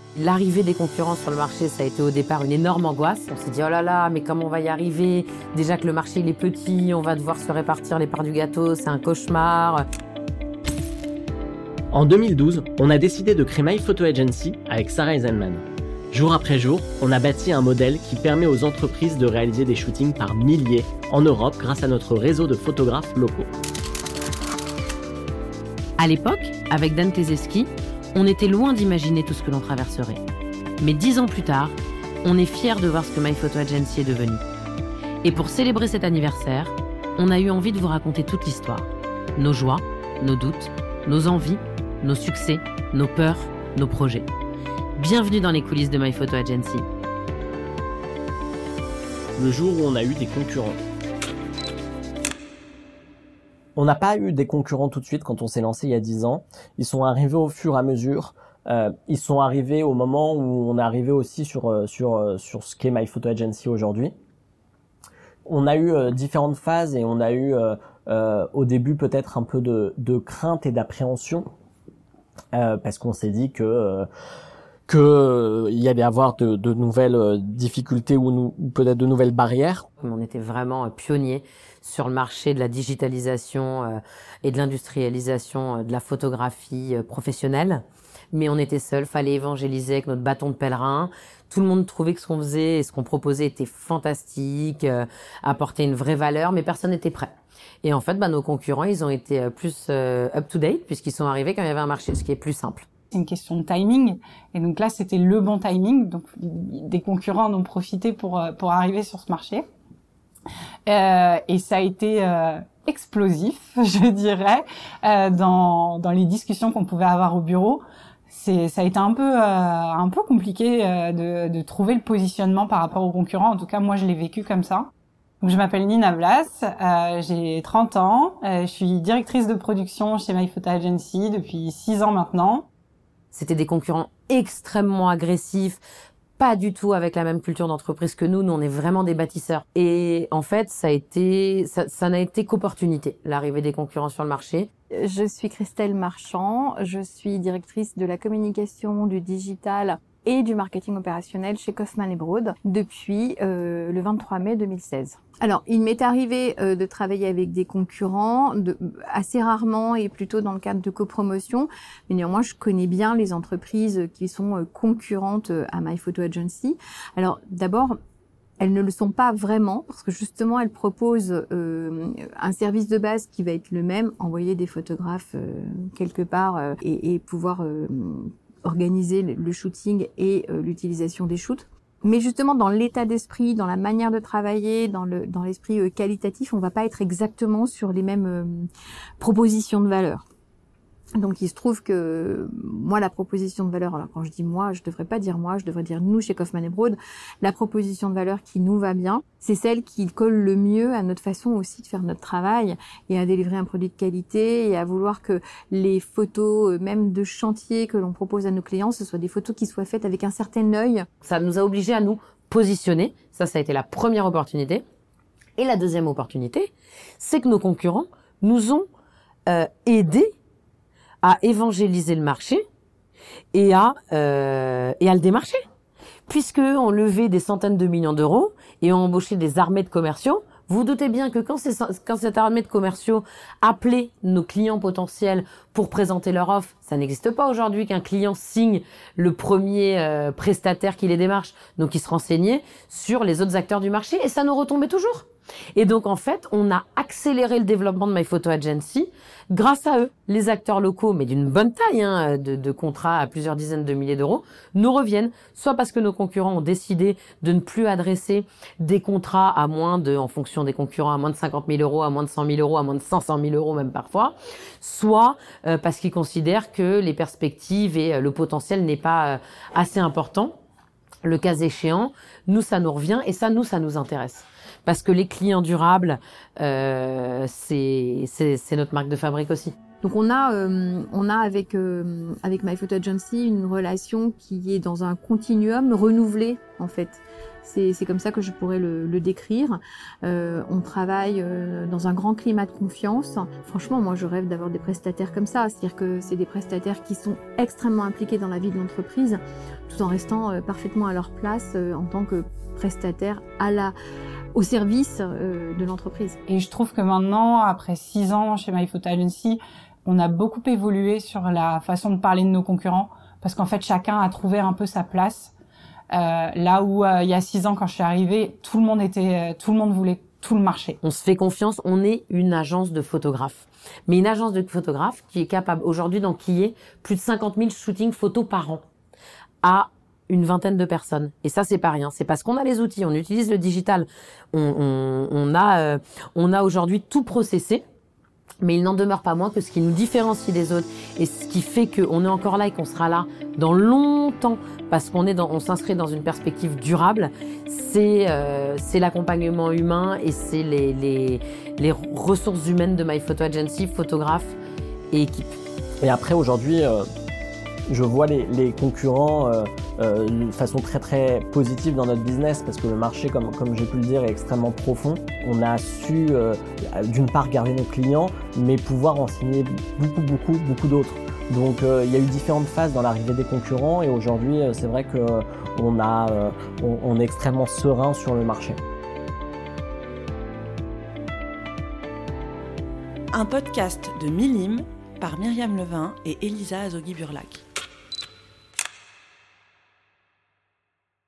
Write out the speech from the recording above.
L'arrivée des concurrents sur le marché, ça a été au départ une énorme angoisse. On s'est dit, oh là là, mais comment on va y arriver? Déjà que le marché, il est petit, on va devoir se répartir les parts du gâteau, c'est un cauchemar. En 2012, on a décidé de créer My Photo Agency avec Sarah Eisenman. Jour après jour, on a bâti un modèle qui permet aux entreprises de réaliser des shootings par milliers en Europe grâce à notre réseau de photographes locaux. À l'époque, avec Dan Kleseski, on était loin d'imaginer tout ce que l'on traverserait. Mais 10 ans plus tard, on est fiers de voir ce que My Photo Agency est devenu. Et pour célébrer cet anniversaire, on a eu envie de vous raconter toute l'histoire. Nos joies, nos doutes, nos envies, nos succès, nos peurs, nos projets. Bienvenue dans les coulisses de My Photo Agency. Le jour où on a eu des concurrents. On n'a pas eu des concurrents tout de suite quand on s'est lancé il y a 10 ans. Ils sont arrivés au fur et à mesure. Ils sont arrivés au moment où on est arrivé aussi sur ce qu'est My Photo Agency aujourd'hui. On a eu différentes phases et on a eu au début peut-être un peu de crainte et d'appréhension parce qu'on s'est dit que il y allait avoir de nouvelles difficultés ou peut-être de nouvelles barrières. On était vraiment pionniers sur le marché de la digitalisation et de l'industrialisation de la photographie professionnelle. Mais on était seuls, fallait évangéliser avec notre bâton de pèlerin. Tout le monde trouvait que ce qu'on faisait et ce qu'on proposait était fantastique, apportait une vraie valeur, mais personne n'était prêt. Et en fait, nos concurrents, ils ont été plus up-to-date puisqu'ils sont arrivés quand il y avait un marché, ce qui est plus simple. C'est une question de timing. Et donc là, c'était le bon timing. Donc, des concurrents en ont profité pour arriver sur ce marché. Et ça a été explosif, je dirais, dans les discussions qu'on pouvait avoir au bureau. Ça a été un peu compliqué de trouver le positionnement par rapport aux concurrents. En tout cas, moi, je l'ai vécu comme ça. Donc, je m'appelle Nina Blas, j'ai 30 ans, je suis directrice de production chez My Photo Agency depuis 6 ans maintenant. C'était des concurrents extrêmement agressifs, pas du tout avec la même culture d'entreprise que nous. Nous, on est vraiment des bâtisseurs. Et en fait, ça n'a été qu'opportunité, l'arrivée des concurrents sur le marché. Je suis Christelle Marchand, je suis directrice de la communication, du digital et du marketing opérationnel chez Kaufman & Broad depuis le 23 mai 2016. Alors, il m'est arrivé de travailler avec des concurrents assez rarement et plutôt dans le cadre de copromotion, mais néanmoins, je connais bien les entreprises qui sont concurrentes à My Photo Agency. Alors, d'abord, elles ne le sont pas vraiment parce que justement, elles proposent un service de base qui va être le même, envoyer des photographes quelque part et pouvoir organiser le shooting et l'utilisation des shoots. Mais justement, dans l'état d'esprit, dans la manière de travailler, dans l'esprit qualitatif, on va pas être exactement sur les mêmes propositions de valeur. Donc, il se trouve que moi, la proposition de valeur, alors quand je dis moi, je devrais pas dire moi, je devrais dire nous chez Kaufman & Broad, la proposition de valeur qui nous va bien, c'est celle qui colle le mieux à notre façon aussi de faire notre travail et à délivrer un produit de qualité et à vouloir que les photos, même de chantier que l'on propose à nos clients, ce soit des photos qui soient faites avec un certain œil. Ça nous a obligés à nous positionner. Ça a été la première opportunité. Et la deuxième opportunité, c'est que nos concurrents nous ont aidés à évangéliser le marché et à le démarcher, puisqu'on levait des centaines de millions d'euros et on embauchait des armées de commerciaux. Vous vous doutez bien que quand cette armée de commerciaux appelait nos clients potentiels pour présenter leur offre, ça n'existe pas aujourd'hui qu'un client signe le premier prestataire qui les démarche, donc il se renseignait sur les autres acteurs du marché et ça nous retombait toujours. Et donc, en fait, on a accéléré le développement de My Photo Agency grâce à eux. Les acteurs locaux, mais d'une bonne taille, de contrats à plusieurs dizaines de milliers d'euros, nous reviennent. Soit parce que nos concurrents ont décidé de ne plus adresser des contrats à en fonction des concurrents, à moins de 50 000 euros, à moins de 100 000 euros, à moins de 500 000 euros même parfois. Soit parce qu'ils considèrent que les perspectives et le potentiel n'est pas assez important. Le cas échéant, nous, ça nous revient et ça nous intéresse. Parce que les clients durables, c'est notre marque de fabrique aussi. Donc on a avec My Photo Agency une relation qui est dans un continuum renouvelé en fait. C'est comme ça que je pourrais le décrire. On travaille dans un grand climat de confiance. Franchement, moi, je rêve d'avoir des prestataires comme ça. C'est-à-dire que c'est des prestataires qui sont extrêmement impliqués dans la vie de l'entreprise, tout en restant parfaitement à leur place en tant que prestataires au service de l'entreprise. Et je trouve que maintenant, après 6 ans chez My Photo Agency, on a beaucoup évolué sur la façon de parler de nos concurrents, parce qu'en fait, chacun a trouvé un peu sa place. Là où il y a 6 ans, quand je suis arrivée, tout le monde voulait tout le marché. On se fait confiance, on est une agence de photographes. Mais une agence de photographes qui est capable aujourd'hui d'enquiller plus de 50 000 shootings photos par an à une vingtaine de personnes. Et ça, c'est pas rien. C'est parce qu'on a les outils, on utilise le digital. On a aujourd'hui tout processé. Mais il n'en demeure pas moins que ce qui nous différencie des autres et ce qui fait qu'on est encore là et qu'on sera là dans longtemps parce on s'inscrit dans une perspective durable, c'est l'accompagnement humain et c'est les ressources humaines de My Photo Agency, photographes et équipe. Et après, aujourd'hui, je vois les concurrents de façon très très positive dans notre business parce que le marché, comme j'ai pu le dire, est extrêmement profond. On a su d'une part garder nos clients, mais pouvoir en signer beaucoup d'autres. Donc il y a eu différentes phases dans l'arrivée des concurrents et aujourd'hui c'est vrai que on est extrêmement serein sur le marché. Un podcast de Milim par Myriam Levin et Elisa Azogui-Burlac.